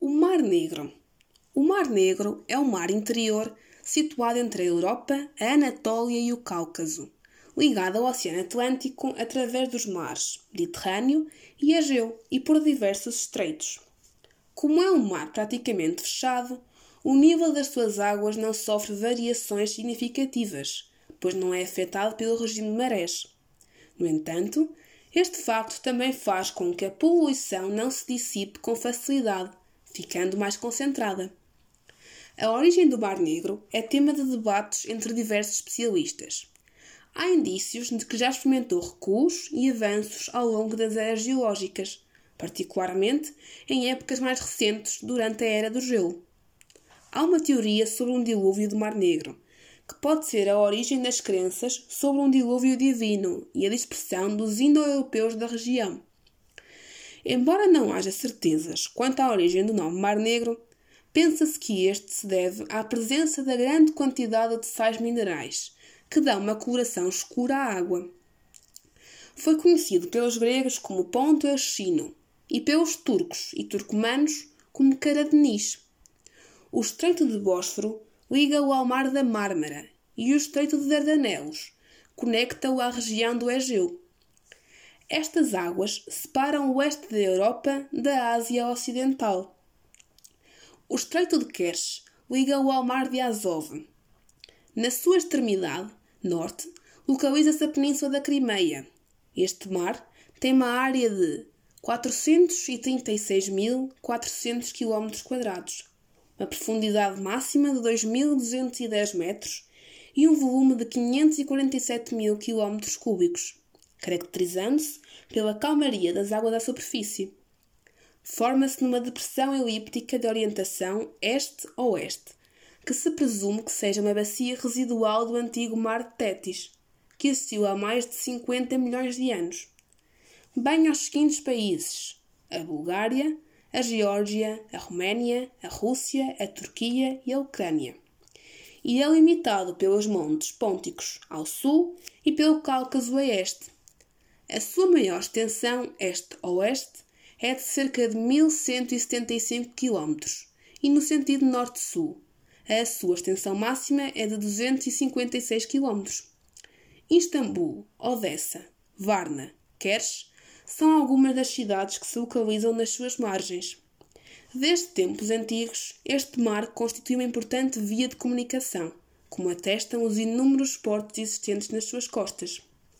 O Mar Negro. O Mar Negro é um mar interior situado entre a Europa, a Anatólia e o Cáucaso, ligado ao Oceano Atlântico através dos mares Mediterrâneo e Egeu e por diversos estreitos. Como é um mar praticamente fechado, o nível das suas águas não sofre variações significativas, pois não é afetado pelo regime de marés. No entanto, este facto também faz com que a poluição não se dissipe com facilidade, ficando mais concentrada. A origem do Mar Negro é tema de debates entre diversos especialistas. Há indícios de que já experimentou recuos e avanços ao longo das eras geológicas, particularmente em épocas mais recentes durante a Era do Gelo. Há uma teoria sobre um dilúvio do Mar Negro, que pode ser a origem das crenças sobre um dilúvio divino e a dispersão dos indo-europeus da região. Embora não haja certezas quanto à origem do nome Mar Negro, pensa-se que este se deve à presença da grande quantidade de sais minerais, que dão uma coloração escura à água. Foi conhecido pelos gregos como Ponto Euxino e pelos turcos e turcomanos como Karadeniz. O Estreito de Bósforo liga-o ao Mar da Mármara e o Estreito de Dardanelos conecta-o à região do Egeu. Estas águas separam o oeste da Europa da Ásia Ocidental. O Estreito de Kerch liga-o ao Mar de Azov. Na sua extremidade norte, localiza-se a Península da Crimeia. Este mar tem uma área de 436.400 km², uma profundidade máxima de 2.210 metros e um volume de 547.000 km³, caracterizando-se pela calmaria das águas à superfície. Forma-se numa depressão elíptica de orientação este-oeste, que se presume que seja uma bacia residual do antigo Mar de Tétis, que existiu há mais de 50 milhões de anos. Banha os seguintes países: a Bulgária, a Geórgia, a Roménia, a Rússia, a Turquia e a Ucrânia. E é limitado pelos montes Pónticos ao sul e pelo Cáucaso a este. A sua maior extensão este-oeste é de cerca de 1.175 km e no sentido norte-sul. A sua extensão máxima é de 256 km. Istambul, Odessa, Varna, Kerch são algumas das cidades que se localizam nas suas margens. Desde tempos antigos, este mar constitui uma importante via de comunicação, como atestam os inúmeros portos existentes nas suas costas.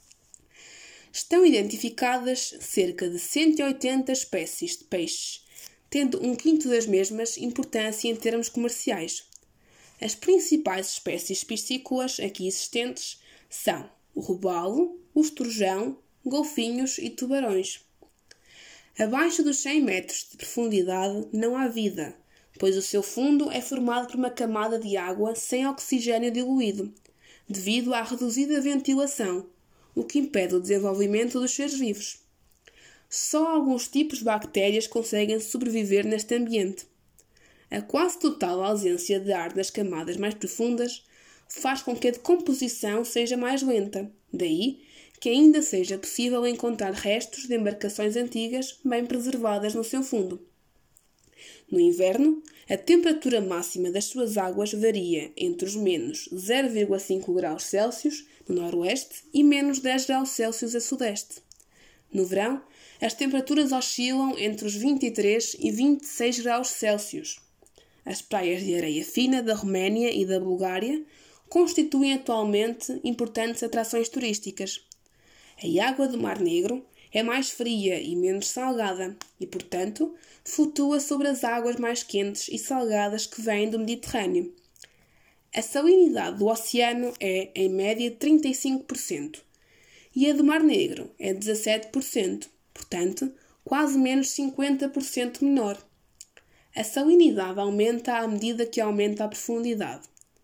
Estão identificadas cerca de 180 espécies de peixes, tendo um quinto das mesmas importância em termos comerciais. As principais espécies piscícolas aqui existentes são o robalo, o esturjão, golfinhos e tubarões. Abaixo dos 100 metros de profundidade não há vida, pois o seu fundo é formado por uma camada de água sem oxigênio diluído, devido à reduzida ventilação, o que impede o desenvolvimento dos seres vivos. Só alguns tipos de bactérias conseguem sobreviver neste ambiente. A quase total ausência de ar nas camadas mais profundas faz com que a decomposição seja mais lenta, daí que ainda seja possível encontrar restos de embarcações antigas bem preservadas no seu fundo. No inverno, a temperatura máxima das suas águas varia entre os menos 0,5 graus Celsius no noroeste e menos 10 graus Celsius a sudeste. No verão, as temperaturas oscilam entre os 23 e 26 graus Celsius. As praias de areia fina da Roménia e da Bulgária constituem atualmente importantes atrações turísticas. A água do Mar Negro é mais fria e menos salgada e, portanto, flutua sobre as águas mais quentes e salgadas que vêm do Mediterrâneo. A salinidade do oceano é, em média, 35% e a do Mar Negro é 17%, portanto, quase menos 50% menor. A salinidade aumenta à medida que aumenta a profundidade.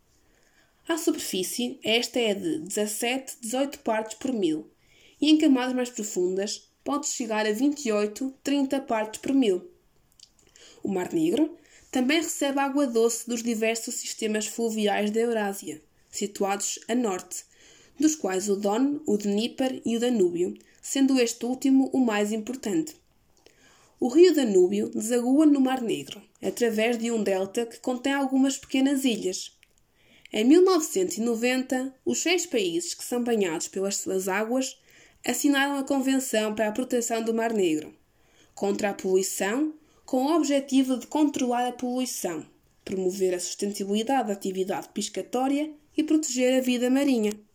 À superfície, esta é de 17-18 partes por mil e em camadas mais profundas pode chegar a 28-30 partes por mil. O Mar Negro também recebe água doce dos diversos sistemas fluviais da Eurásia, situados a norte, dos quais o Don, o Dníper e o Danúbio, sendo este último o mais importante. O rio Danúbio desagua no Mar Negro, através de um delta que contém algumas pequenas ilhas. Em 1990, os 6 países que são banhados pelas suas águas assinaram a Convenção para a Proteção do Mar Negro, contra a poluição, com o objetivo de controlar a poluição, promover a sustentabilidade da atividade pescatória e proteger a vida marinha.